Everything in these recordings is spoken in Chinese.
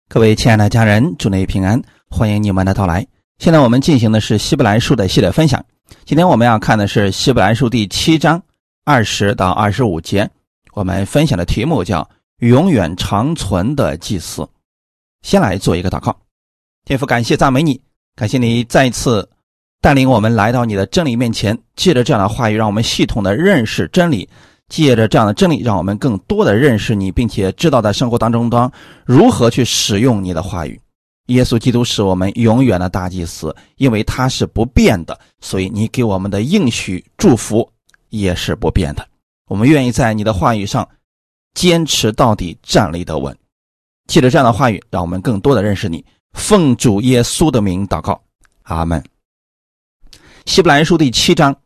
各位亲爱的家人，祝你平安，欢迎你们的到来。现在我们进行的是希伯来书的系列分享，今天我们要看的是希伯来书第7章20到25节，我们分享的题目叫永远长存的祭司。先来做一个祷告。天父，感谢赞美你，感谢你再一次带领我们来到你的真理面前，借着这样的话语让我们系统的认识真理，借着这样的真理让我们更多的认识你，并且知道在生活当中如何去使用你的话语。耶稣基督是我们永远的大祭司，因为他是不变的，所以你给我们的应许祝福也是不变的。我们愿意在你的话语上坚持到底，站立得稳。借着这样的话语让我们更多的认识你，奉主耶稣的名祷告，阿们。希伯来书第7章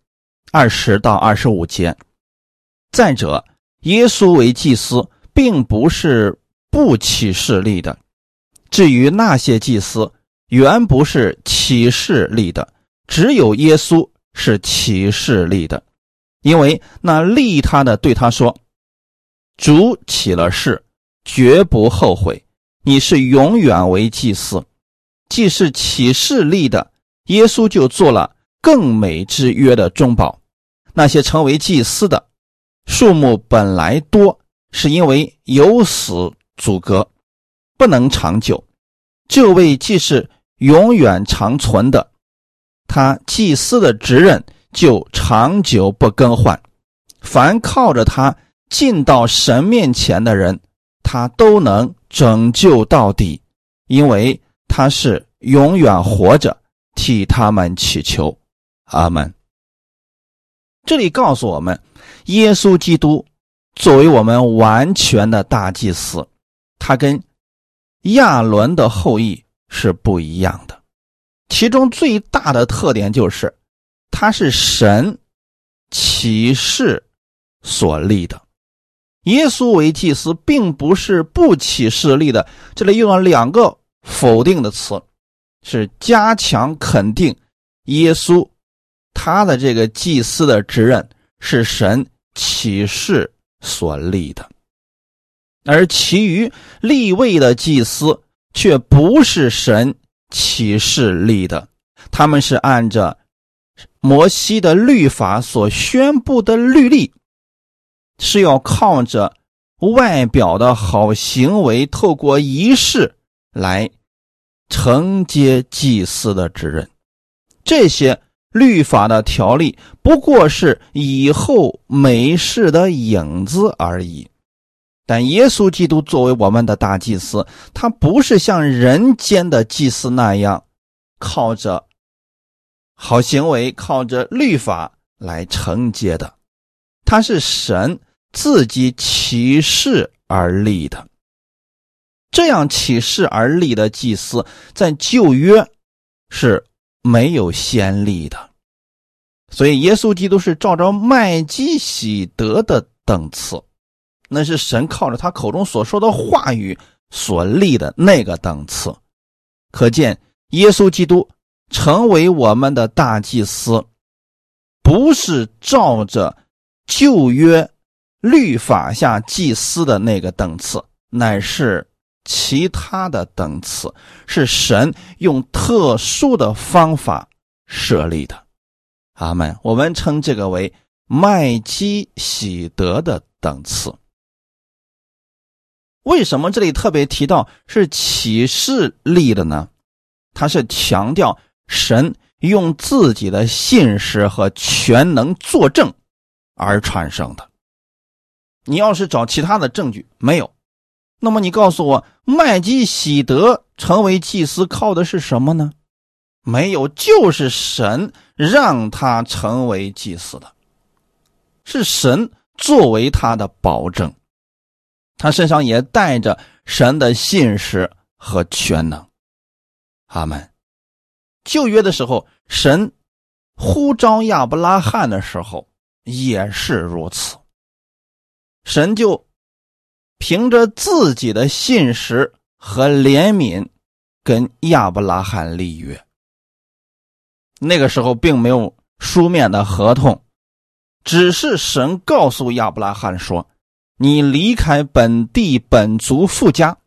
20到25节，再者，耶稣为祭司并不是不起势力的，至于那些祭司原不是起势力的，只有耶稣是起势力的。因为那立他的对他说，主起了誓，绝不后悔，你是永远为祭司。既是起势力的，耶稣就做了更美之约的中保。那些成为祭司的数目本来多，是因为有死阻隔，不能长久。这位既是永远长存的，他祭司的职任就长久不更换。凡靠着他进到神面前的人，他都能拯救到底，因为他是永远活着，替他们祈求。阿们。这里告诉我们，耶稣基督作为我们完全的大祭司，他跟亚伦的后裔是不一样的。其中最大的特点就是他是神启示所立的。耶稣为祭司并不是不起势力的，这里用了两个否定的词，是加强肯定耶稣他的这个祭司的职任是神启示所立的，而其余立位的祭司却不是神启示立的，他们是按着摩西的律法所宣布的律例，是要靠着外表的好行为，透过仪式来承接祭司的职任。这些律法的条例不过是以后美事的影子而已。但耶稣基督作为我们的大祭司，他不是像人间的祭司那样靠着好行为，靠着律法来承接的，他是神自己起誓而立的。这样起誓而立的祭司在旧约是没有先例的，所以耶稣基督是照着麦基洗德的等次，那是神靠着他口中所说的话语所立的那个等次。可见耶稣基督成为我们的大祭司，不是照着旧约律法下祭司的那个等次，乃是其他的等次，是神用特殊的方法设立的。阿们。我们称这个为麦基洗德的等次。为什么这里特别提到是启示立的呢？它是强调神用自己的信实和全能作证而产生的。你要是找其他的证据，没有。那么你告诉我，麦基洗德成为祭司靠的是什么呢？没有，就是神让他成为祭司的，是神作为他的保证，他身上也带着神的信实和全能。阿们。旧约的时候，神呼召亚伯拉罕的时候也是如此，神就凭着自己的信实和怜悯跟亚伯拉罕立约。那个时候并没有书面的合同，只是神告诉亚伯拉罕说，你离开本地本族父家，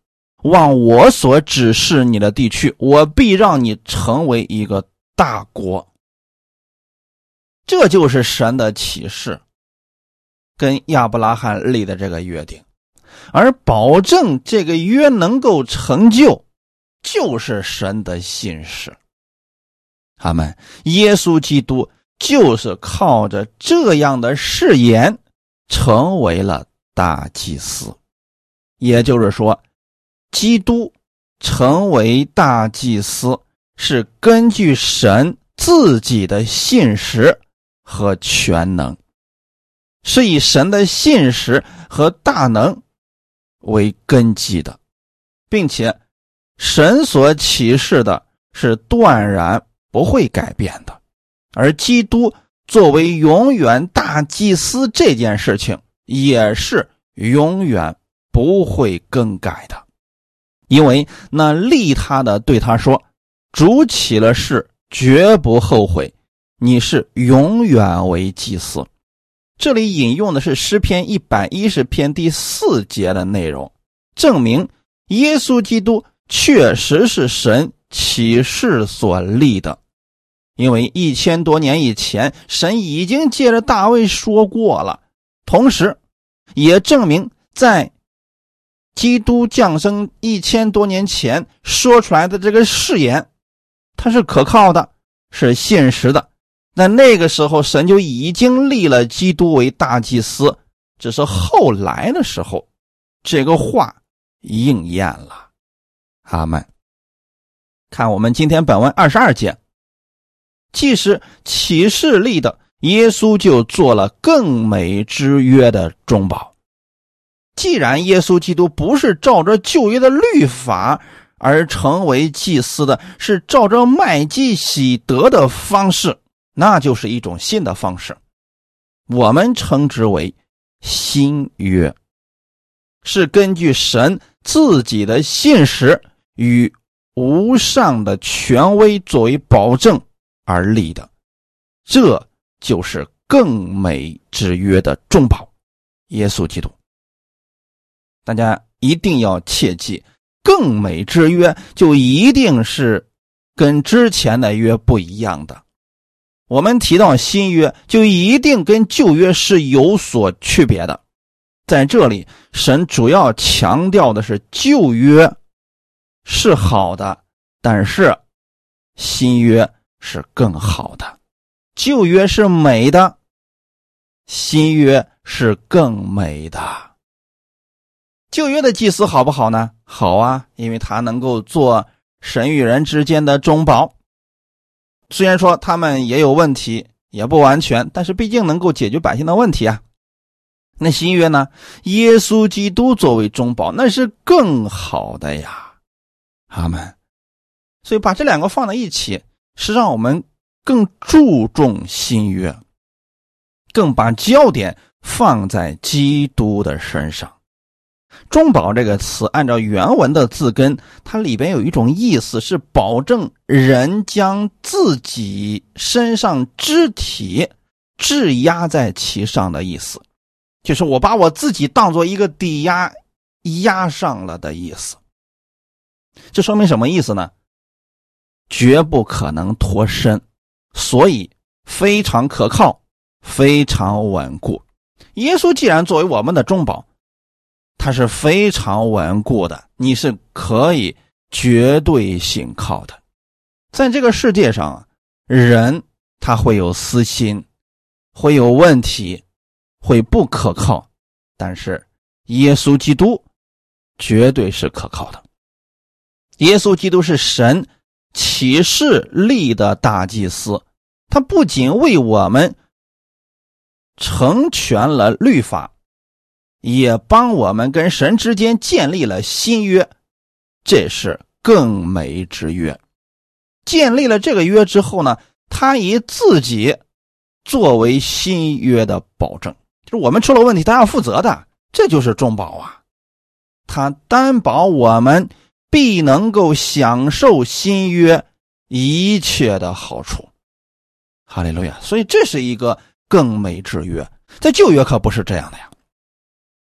往我所指示你的地去，我必让你成为一个大国。这就是神的启示，跟亚伯拉罕立的这个约定，而保证这个约能够成就，就是神的信实。阿们。耶稣基督就是靠着这样的誓言成为了大祭司，也就是说，基督成为大祭司是根据神自己的信实和全能，是以神的信实和大能为根基的，并且神所启示的是断然不会改变的，而基督作为永远大祭司这件事情也是永远不会更改的。因为那立他的对他说，主起了誓，绝不后悔，你是永远为祭司。这里引用的是诗篇110篇第4节的内容，证明耶稣基督确实是神启示所立的。因为1000多年以前，神已经借着大卫说过了，同时也证明在基督降生1000多年前说出来的这个誓言，它是可靠的，是现实的。那个时候神就已经立了基督为大祭司，只是后来的时候这个话应验了。阿们。看我们今天本文22节，既是启示立的，耶稣就做了更美之约的中保。既然耶稣基督不是照着旧约的律法而成为祭司的，是照着麦基洗德的方式，那就是一种新的方式，我们称之为新约，是根据神自己的信实与无上的权威作为保证而立的，这就是更美之约的中保，耶稣基督。大家一定要切记，更美之约就一定是跟之前的约不一样的。我们提到新约，就一定跟旧约是有所区别的。在这里，神主要强调的是旧约是好的，但是新约是更好的。旧约是美的，新约是更美的。旧约的祭司好不好呢？好啊，因为他能够做神与人之间的中保。虽然说他们也有问题，也不完全，但是毕竟能够解决百姓的问题啊。那新约呢？耶稣基督作为中保，那是更好的呀。阿们。所以把这两个放在一起，是让我们更注重新约，更把焦点放在基督的身上。中保这个词按照原文的字根，它里边有一种意思，是保证人将自己身上肢体质押在其上的意思，就是我把我自己当作一个抵押压上了的意思。这说明什么意思呢？绝不可能脱身，所以非常可靠，非常稳固。耶稣既然作为我们的中保，他是非常稳固的，你是可以绝对信靠的。在这个世界上，人他会有私心，会有问题，会不可靠，但是耶稣基督绝对是可靠的。耶稣基督是神启示立的大祭司，他不仅为我们成全了律法，也帮我们跟神之间建立了新约，这是更美之约。建立了这个约之后呢，他以自己作为新约的保证，就是我们出了问题他要负责的，这就是中保啊。他担保我们必能够享受新约一切的好处。哈利路亚！所以这是一个更美之约，在旧约可不是这样的呀。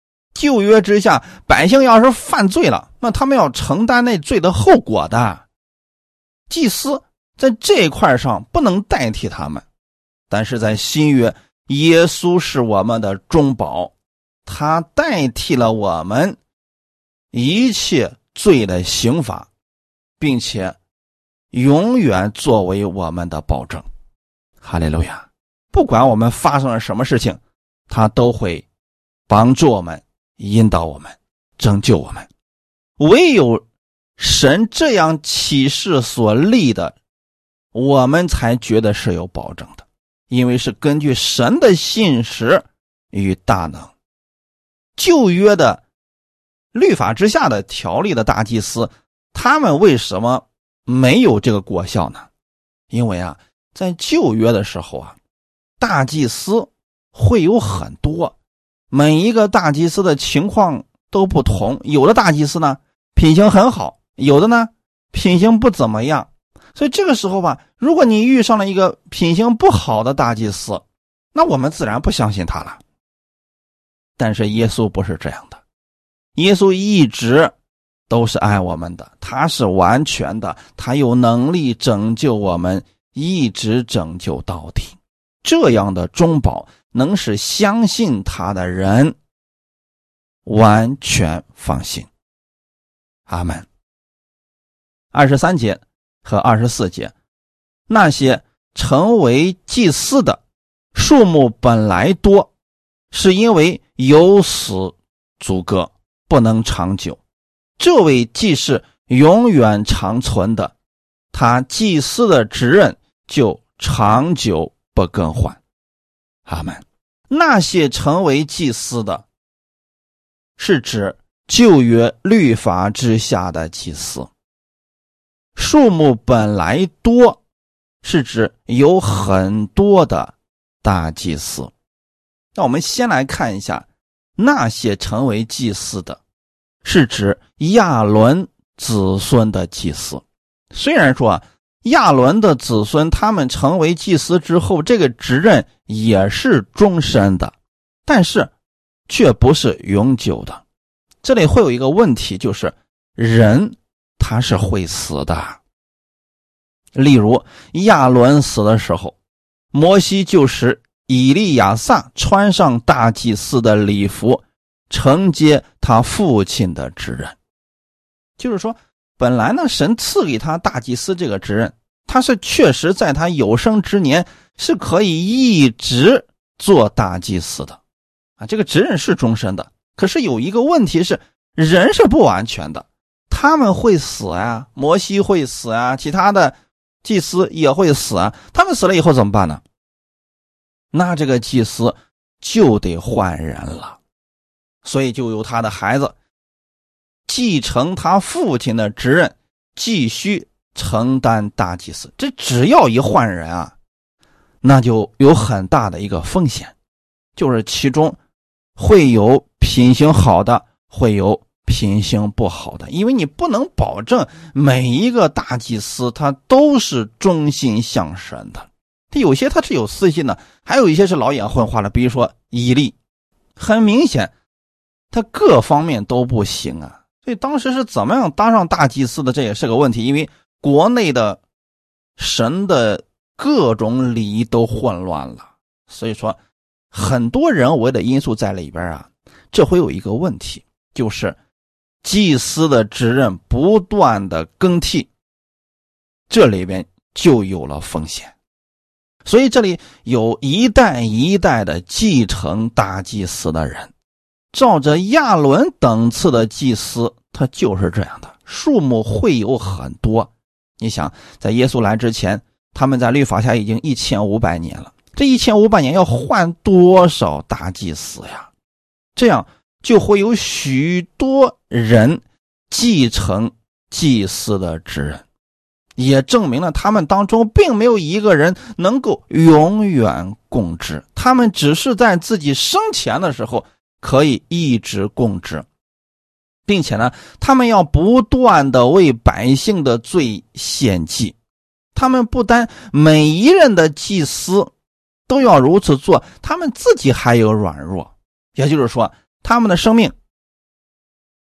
旧约之下，百姓要是犯罪了，那他们要承担那罪的后果的。祭司在这一块上不能代替他们，但是在新约，耶稣是我们的中保，他代替了我们一切罪的刑罚，并且永远作为我们的保证。哈利路亚！不管我们发生了什么事情，他都会帮助我们，引导我们，拯救我们。唯有神这样启示所立的，我们才觉得是有保证的，因为是根据神的信实与大能。旧约的律法之下的条例的大祭司，他们为什么没有这个果效呢？因为在旧约的时候大祭司会有很多，每一个大祭司的情况都不同，有的大祭司呢品行很好，有的呢品行不怎么样。所以这个时候如果你遇上了一个品行不好的大祭司，那我们自然不相信他了。但是耶稣不是这样的，耶稣一直都是爱我们的，他是完全的，他有能力拯救我们，一直拯救到底。这样的中保能使相信他的人完全放心。阿们。23节和24节，那些成为祭司的数目本来多，是因为有死阻隔，不能长久。这位既是永远长存的，他祭司的职任就长久不更换。阿们。那些成为祭司的，是指旧约律法之下的祭司。数目本来多，是指有很多的大祭司。那我们先来看一下，那些成为祭司的，是指亚伦子孙的祭司。虽然说亚伦的子孙他们成为祭司之后，这个职任也是终身的，但是却不是永久的。这里会有一个问题，就是人他是会死的。例如亚伦死的时候，摩西就使以利亚撒穿上大祭司的礼服，承接他父亲的职任。就是说本来呢，神赐给他大祭司这个职任，他是确实在他有生之年是可以一直做大祭司的这个职任是终身的。可是有一个问题是，人是不完全的，他们会死摩西会死其他的祭司也会死他们死了以后怎么办呢？那这个祭司就得换人了，所以就由他的孩子继承他父亲的职任，继续承担大祭司。这只要一换人那就有很大的一个风险，就是其中会有品行好的，会有品行不好的，因为你不能保证每一个大祭司他都是忠心向神的，他有些他是有私心的，还有一些是老眼昏花的。比如说以利，很明显他各方面都不行所以当时是怎么样当上大祭司的，这也是个问题，因为国内的神的各种礼仪都混乱了，所以说很多人为的因素在里边这会有一个问题，就是祭司的职任不断的更替，这里边就有了风险。所以这里有一代一代的继承大祭司的人，照着亚伦等次的祭司，他就是这样的，数目会有很多。你想在耶稣来之前，他们在律法下已经1500年了，这1500年要换多少大祭司呀？这样就会有许多人继承祭司的职任，也证明了他们当中并没有一个人能够永远供职，他们只是在自己生前的时候可以一直供职，并且呢，他们要不断的为百姓的罪献祭。他们不单每一任的祭司都要如此做，他们自己还有软弱，也就是说他们的生命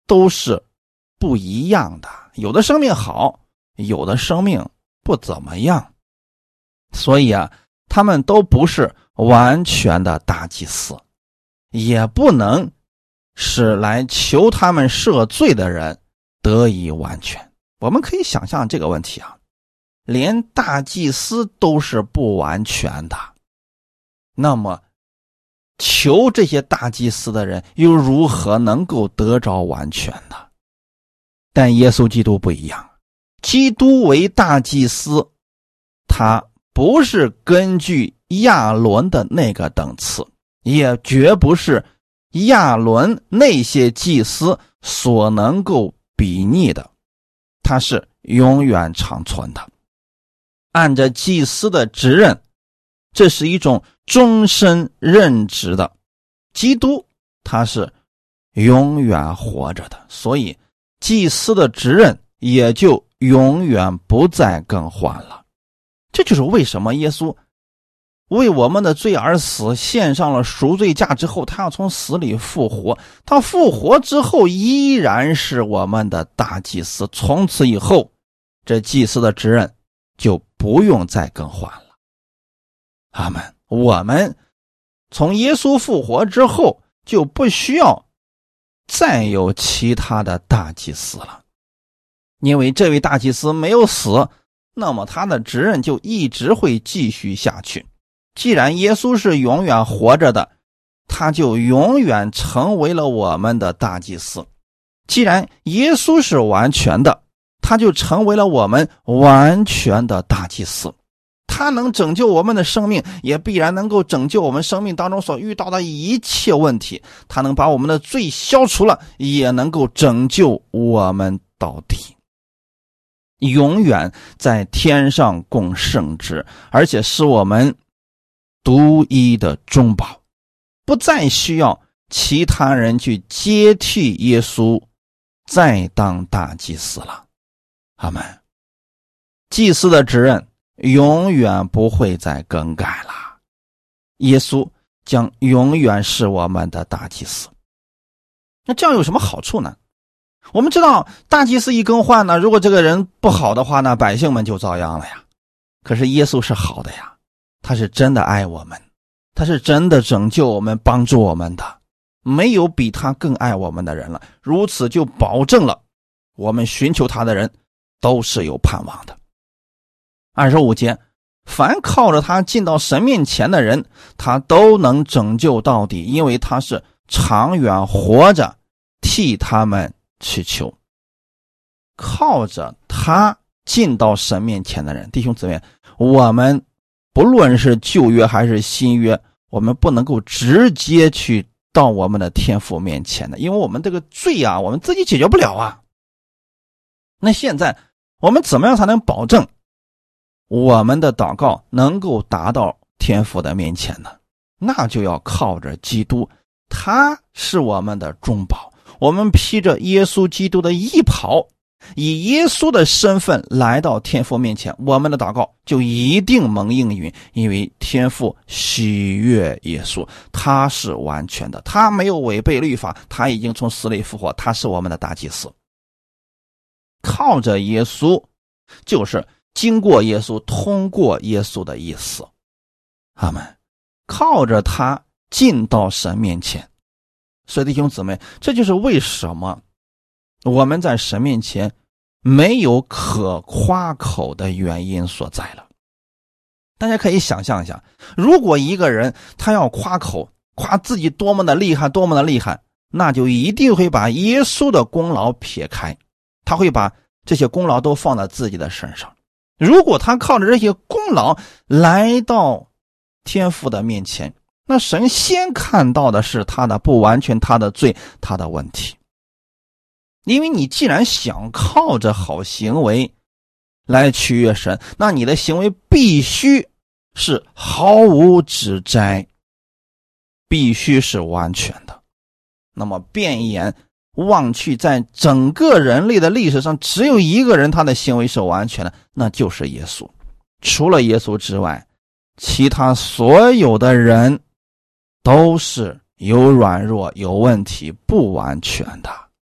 都是不一样的，有的生命好，有的生命不怎么样。所以他们都不是完全的大祭司，也不能使来求他们赦罪的人得以完全。我们可以想象这个问题连大祭司都是不完全的，那么求这些大祭司的人又如何能够得着完全呢？但耶稣基督不一样，基督为大祭司，他不是根据亚伦的那个等次，也绝不是亚伦那些祭司所能够比拟的，他是永远长存的。按着祭司的职任，这是一种终身任职的，基督他是永远活着的，所以祭司的职任也就永远不再更换了。这就是为什么耶稣为我们的罪而死，献上了赎罪价之后，他要从死里复活，他复活之后依然是我们的大祭司，从此以后这祭司的职任就不用再更换了。阿们。我们从耶稣复活之后就不需要再有其他的大祭司了，因为这位大祭司没有死，那么他的职任就一直会继续下去。既然耶稣是永远活着的，他就永远成为了我们的大祭司。既然耶稣是完全的，他就成为了我们完全的大祭司。他能拯救我们的生命，也必然能够拯救我们生命当中所遇到的一切问题。他能把我们的罪消除了，也能够拯救我们到底，永远在天上供圣职，而且是我们独一的中保，不再需要其他人去接替耶稣再当大祭司了。阿们。祭司的职任永远不会再更改了，耶稣将永远是我们的大祭司。那这样有什么好处呢？我们知道大祭司一更换呢，如果这个人不好的话呢，百姓们就遭殃了呀。可是耶稣是好的呀，他是真的爱我们，他是真的拯救我们，帮助我们的，没有比他更爱我们的人了。如此就保证了我们寻求他的人都是有盼望的。25节，凡靠着他进到神面前的人，他都能拯救到底，因为他是长远活着替他们祈求。靠着他进到神面前的人，弟兄姊妹，我们不论是旧约还是新约，我们不能够直接去到我们的天父面前的，因为我们这个罪我们自己解决不了啊。那现在我们怎么样才能保证我们的祷告能够达到天父的面前呢？那就要靠着基督，他是我们的中保。我们披着耶稣基督的义袍，以耶稣的身份来到天父面前，我们的祷告就一定蒙应允，因为天父喜悦耶稣，他是完全的，他没有违背律法，他已经从死里复活，他是我们的大祭司。靠着耶稣就是经过耶稣，通过耶稣的意思。阿们。靠着他进到神面前。所以弟兄姊妹，这就是为什么我们在神面前没有可夸口的原因所在了。大家可以想象一下，如果一个人他要夸口，夸自己多么的厉害，多么的厉害，那就一定会把耶稣的功劳撇开，他会把这些功劳都放在自己的身上。如果他靠着这些功劳来到天父的面前，那神先看到的是他的不完全，他的罪，他的问题。因为你既然想靠着好行为来取悦神，那你的行为必须是毫无指摘，必须是完全的。那么遍眼望去，在整个人类的历史上只有一个人他的行为是完全的，那就是耶稣。除了耶稣之外，其他所有的人都是有软弱，有问题，不完全的。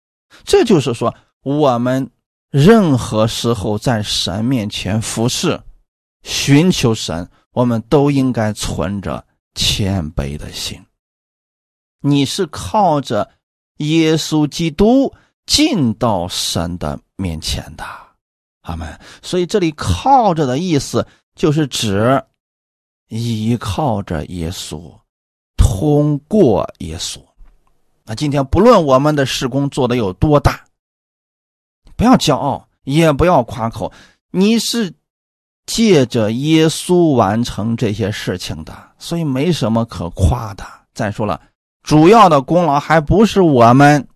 这就是说，我们任何时候在神面前服侍、寻求神，我们都应该存着谦卑的心。你是靠着耶稣基督进到神的面前的，阿们。所以这里靠着的意思就是指依靠着耶稣，通过耶稣。那今天不论我们的事工做得有多大，不要骄傲，也不要夸口，你是借着耶稣完成这些事情的，所以没什么可夸的。再说了，主要的功劳还不是我们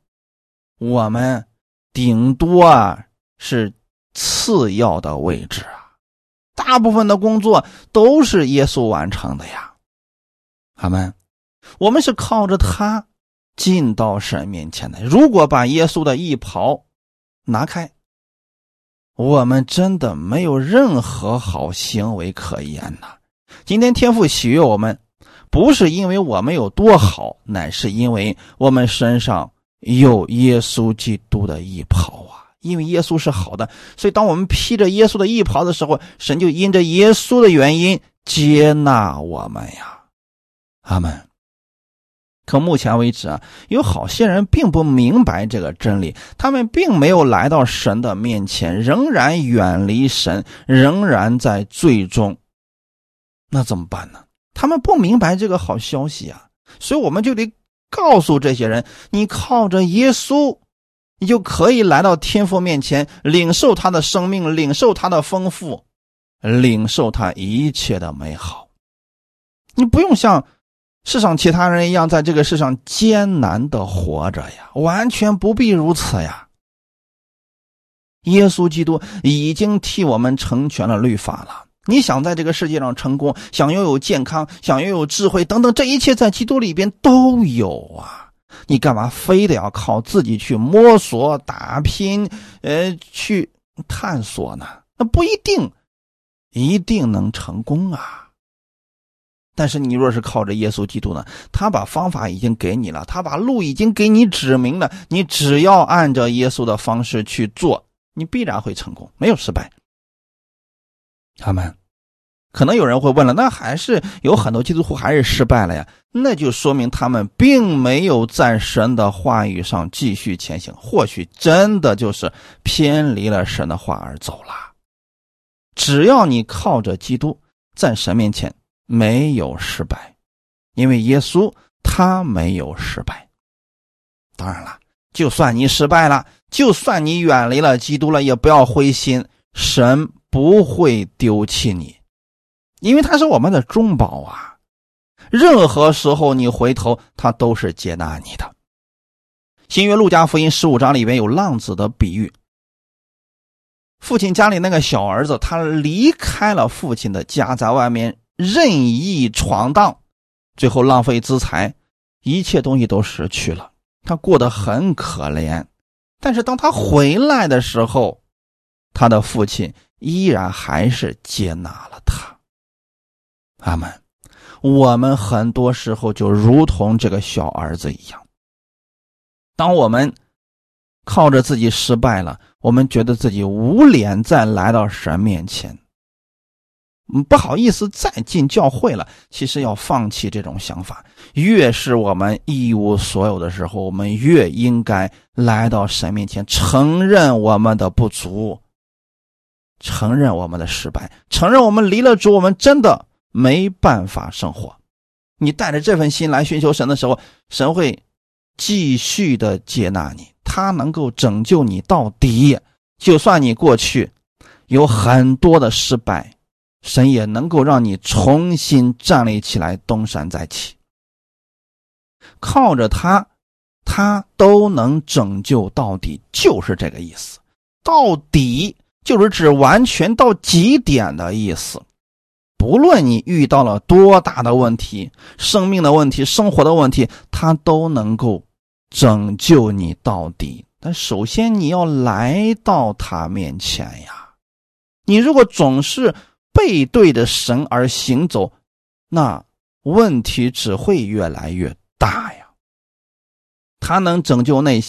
顶多是次要的位置啊，大部分的工作都是耶稣完成的呀。阿们。我们是靠着他进到神面前的。如果把耶稣的衣袍拿开，我们真的没有任何好行为可言呐。今天天父喜悦我们，不是因为我们有多好，乃是因为我们身上有耶稣基督的衣袍啊。因为耶稣是好的，所以当我们披着耶稣的衣袍的时候，神就因着耶稣的原因接纳我们呀。阿们。可目前为止有好些人并不明白这个真理，他们并没有来到神的面前，仍然远离神，仍然在罪中。那怎么办呢？他们不明白这个好消息啊，所以我们就得告诉这些人，你靠着耶稣，你就可以来到天父面前，领受他的生命，领受他的丰富，领受他一切的美好。你不用像世上其他人一样在这个世上艰难的活着呀，完全不必如此呀。耶稣基督已经替我们成全了律法了。你想在这个世界上成功，想拥有健康，想拥有智慧等等，这一切在基督里边都有啊。你干嘛非得要靠自己去摸索打拼去探索呢？那不一定能成功啊。但是你若是靠着耶稣基督呢，他把方法已经给你了，他把路已经给你指明了，你只要按照耶稣的方式去做，你必然会成功，没有失败。阿们。可能有人会问了，那还是有很多基督徒还是失败了呀？那就说明他们并没有在神的话语上继续前行，或许真的就是偏离了神的话而走了。只要你靠着基督，在神面前没有失败，因为耶稣他没有失败。当然了，就算你失败了，就算你远离了基督了，也不要灰心，神不会丢弃你，因为他是我们的中保啊。任何时候你回头，他都是接纳你的。新约路加福音15章里面有浪子的比喻，父亲家里那个小儿子，他离开了父亲的家，在外面任意闯荡，最后浪费资财，一切东西都失去了，他过得很可怜。但是当他回来的时候，他的父亲依然还是接纳了他。阿们。我们很多时候就如同这个小儿子一样，当我们靠着自己失败了，我们觉得自己无脸再来到神面前，不好意思再进教会了，其实要放弃这种想法。越是我们一无所有的时候，我们越应该来到神面前，承认我们的不足，承认我们的失败，承认我们离了主，我们真的没办法生活。你带着这份心来寻求神的时候，神会继续的接纳你，他能够拯救你到底。就算你过去有很多的失败，神也能够让你重新站立起来，东山再起。靠着他，他都能拯救到底，就是这个意思。到底就是指完全到极点的意思。不论你遇到了多大的问题，生命的问题，生活的问题，他都能够拯救你到底。但首先你要来到他面前呀。你如果总是背对着神而行走，那问题只会越来越大呀。他能拯救那些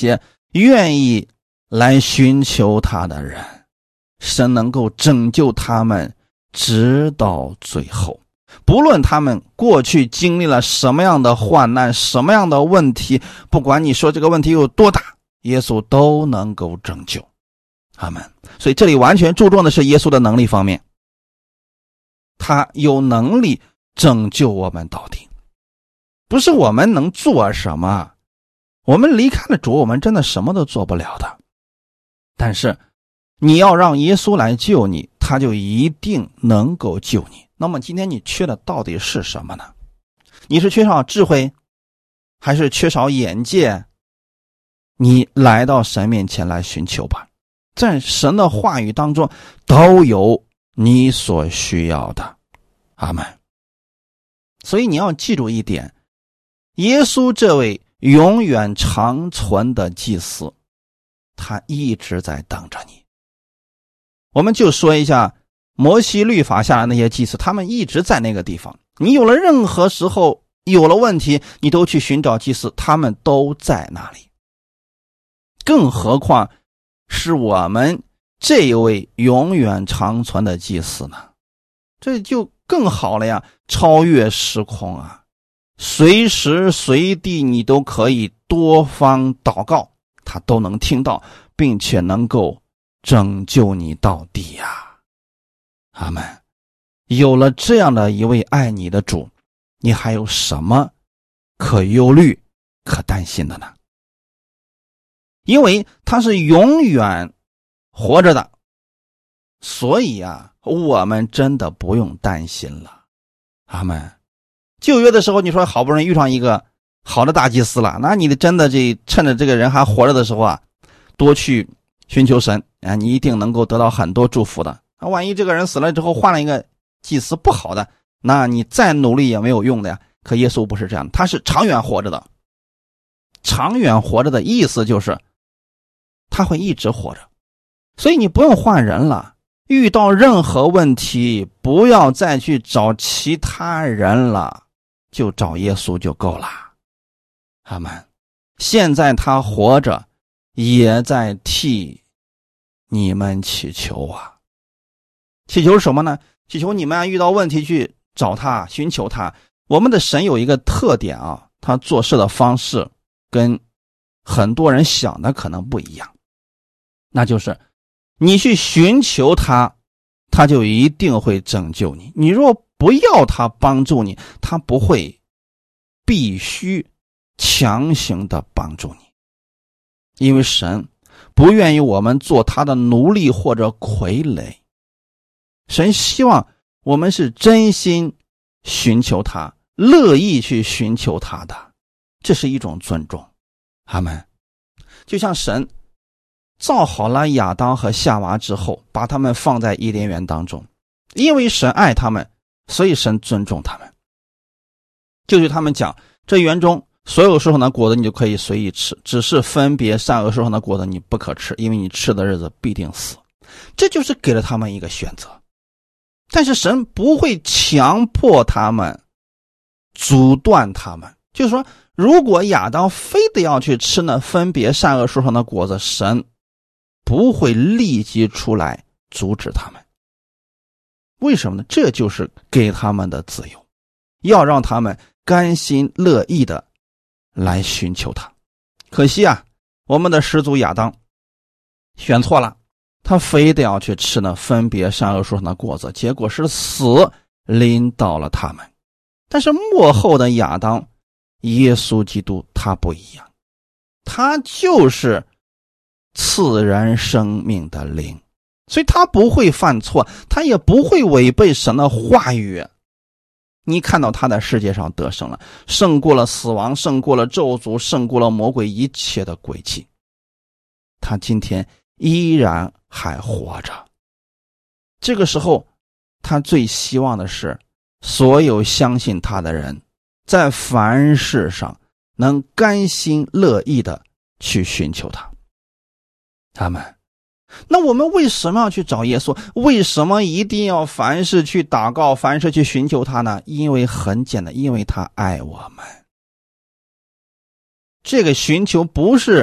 愿意来寻求他的人，神能够拯救他们直到最后。不论他们过去经历了什么样的患难，什么样的问题，不管你说这个问题有多大，耶稣都能够拯救。阿们。所以这里完全注重的是耶稣的能力方面，他有能力拯救我们到底，不是我们能做什么。我们离开了主，我们真的什么都做不了的。但是你要让耶稣来救你，他就一定能够救你。那么今天你缺的到底是什么呢？你是缺少智慧，还是缺少眼界？你来到神面前来寻求吧，在神的话语当中都有你所需要的。阿们。所以你要记住一点，耶稣这位永远长存的祭司，他一直在等着你。我们就说一下摩西律法下来那些祭司，他们一直在那个地方，你有了任何时候有了问题，你都去寻找祭司，他们都在那里。更何况是我们这一位永远长存的祭司呢？这就更好了呀，超越时空啊，随时随地你都可以多方祷告，他都能听到，并且能够拯救你到底呀。阿们。有了这样的一位爱你的主，你还有什么可忧虑可担心的呢？因为他是永远活着的，所以啊，我们真的不用担心了。阿们。旧约的时候，你说好不容易遇上一个好的大祭司了，那你真的趁着这个人还活着的时候啊，多去寻求神啊，你一定能够得到很多祝福的。万一这个人死了之后换了一个祭司不好的，那你再努力也没有用的呀。可耶稣不是这样，他是长远活着的。长远活着的意思就是他会一直活着，所以你不用换人了。遇到任何问题，不要再去找其他人了，就找耶稣就够了。阿们。现在他活着，也在替你们祈求啊。祈求什么呢？祈求你们遇到问题去找他，寻求他。我们的神有一个特点啊，他做事的方式跟很多人想的可能不一样，那就是你去寻求他，他就一定会拯救你。你若不要他帮助你，他不会必须强行的帮助你。因为神不愿意我们做他的奴隶或者傀儡，神希望我们是真心寻求他，乐意去寻求他的，这是一种尊重。阿们。就像神造好了亚当和夏娃之后，把他们放在伊甸园当中，因为神爱他们，所以神尊重他们，就对他们讲，这园中所有树上的果子你就可以随意吃，只是分别善恶树上的果子你不可吃，因为你吃的日子必定死。这就是给了他们一个选择。但是神不会强迫他们，阻断他们。就是说，如果亚当非得要去吃那分别善恶树上的果子，神不会立即出来阻止他们。为什么呢？这就是给他们的自由，要让他们甘心乐意的来寻求他。可惜啊，我们的始祖亚当选错了，他非得要去吃那分别善恶树上的果子，结果是死临到了他们。但是末后的亚当耶稣基督他不一样，他就是赐人生命的灵，所以他不会犯错，他也不会违背神的话语。你看到他在世界上得胜了，胜过了死亡，胜过了咒诅，胜过了魔鬼一切的诡计，他今天依然还活着。这个时候他最希望的是所有相信他的人在凡事上能甘心乐意的去寻求他。他们，那我们为什么要去找耶稣？为什么一定要凡事去祷告，凡事去寻求他呢？因为很简单，因为他爱我们。这个寻求不是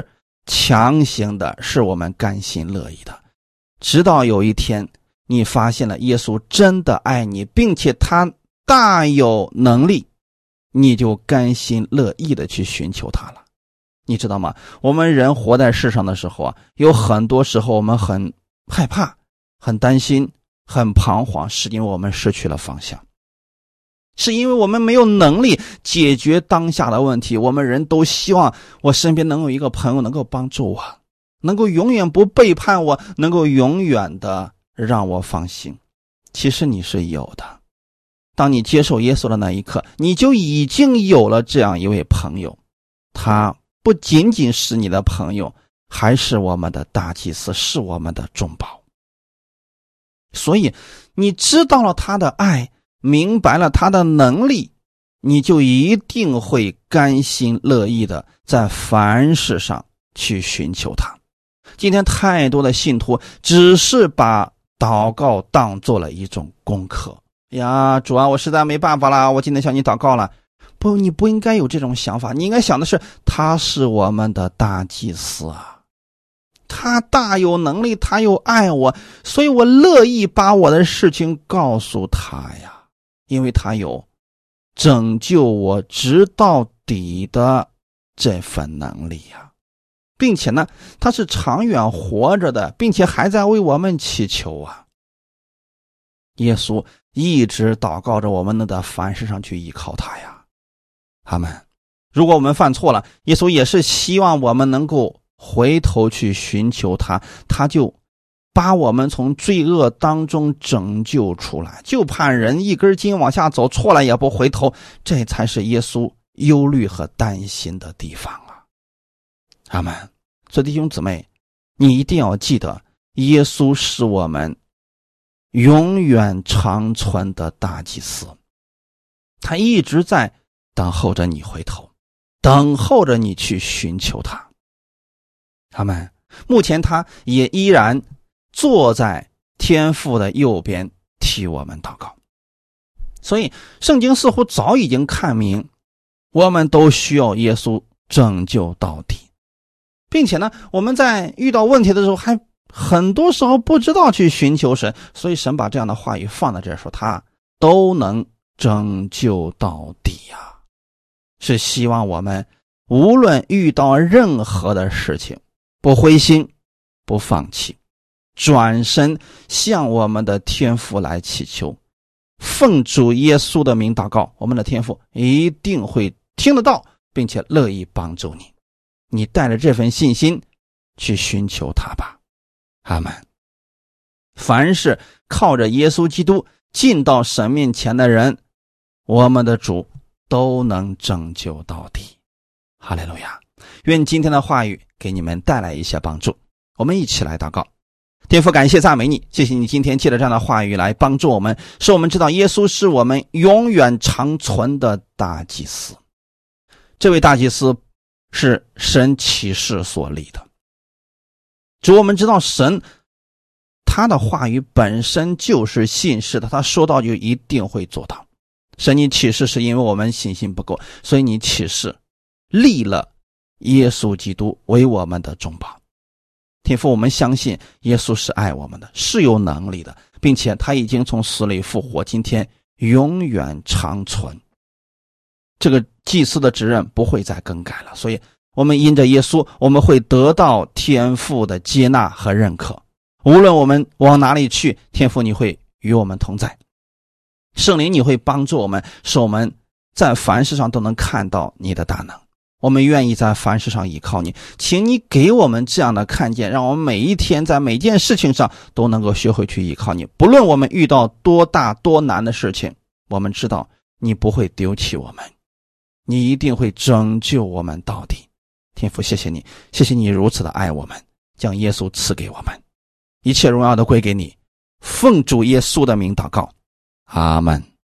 强行的，是我们甘心乐意的。直到有一天你发现了耶稣真的爱你，并且他大有能力，你就甘心乐意的去寻求他了。你知道吗？我们人活在世上的时候有很多时候我们很害怕，很担心，很彷徨，是因为我们失去了方向，是因为我们没有能力解决当下的问题。我们人都希望我身边能有一个朋友能够帮助我，能够永远不背叛我，能够永远的让我放心。其实你是有的，当你接受耶稣的那一刻，你就已经有了这样一位朋友。他不仅仅是你的朋友，还是我们的大祭司，是我们的中保。所以你知道了他的爱，明白了他的能力，你就一定会甘心乐意的在凡事上去寻求他。今天太多的信徒只是把祷告当做了一种功课呀，主啊，我实在没办法了，我今天向你祷告了。不，你不应该有这种想法，你应该想的是，他是我们的大祭司啊，他大有能力，他又爱我，所以我乐意把我的事情告诉他呀，因为他有拯救我直到底的这份能力呀，并且呢，他是长远活着的，并且还在为我们祈求啊。耶稣一直祷告着我们能在凡事上去依靠他呀。阿们。如果我们犯错了，耶稣也是希望我们能够回头去寻求他，他就把我们从罪恶当中拯救出来。就怕人一根筋往下走，错了也不回头，这才是耶稣忧虑和担心的地方啊。阿们。所以弟兄姊妹，你一定要记得，耶稣是我们永远长存的大祭司，他一直在等候着你回头，等候着你去寻求他。阿们。目前他也依然坐在天父的右边替我们祷告。所以圣经似乎早已经看明，我们都需要耶稣拯救到底，并且呢，我们在遇到问题的时候还很多时候不知道去寻求神，所以神把这样的话语放在这儿，说他都能拯救到底呀。是希望我们无论遇到任何的事情，不灰心，不放弃，转身向我们的天父来祈求，奉主耶稣的名祷告，我们的天父一定会听得到，并且乐意帮助你。你带着这份信心去寻求他吧。阿们。凡是靠着耶稣基督进到神面前的人，我们的主都能拯救到底。哈利路亚。愿今天的话语给你们带来一些帮助。我们一起来祷告。天父，感谢赞美你，谢谢你今天借着这样的话语来帮助我们，使我们知道耶稣是我们永远长存的大祭司。这位大祭司是神启示所立的。主，我们知道神他的话语本身就是信实的，他说到就一定会做到。神你启示是因为我们信心不够，所以你启示立了耶稣基督为我们的中保。天父，我们相信耶稣是爱我们的，是有能力的，并且他已经从死里复活，今天永远长存。这个祭司的职任不会再更改了，所以我们因着耶稣，我们会得到天父的接纳和认可。无论我们往哪里去，天父你会与我们同在，圣灵你会帮助我们，使我们在凡事上都能看到你的大能。我们愿意在凡事上依靠你，请你给我们这样的看见，让我们每一天在每件事情上都能够学会去依靠你。不论我们遇到多大多难的事情，我们知道你不会丢弃我们，你一定会拯救我们到底。天父，谢谢你，谢谢你如此的爱我们，将耶稣赐给我们，一切荣耀都归给你。奉主耶稣的名祷告，阿们。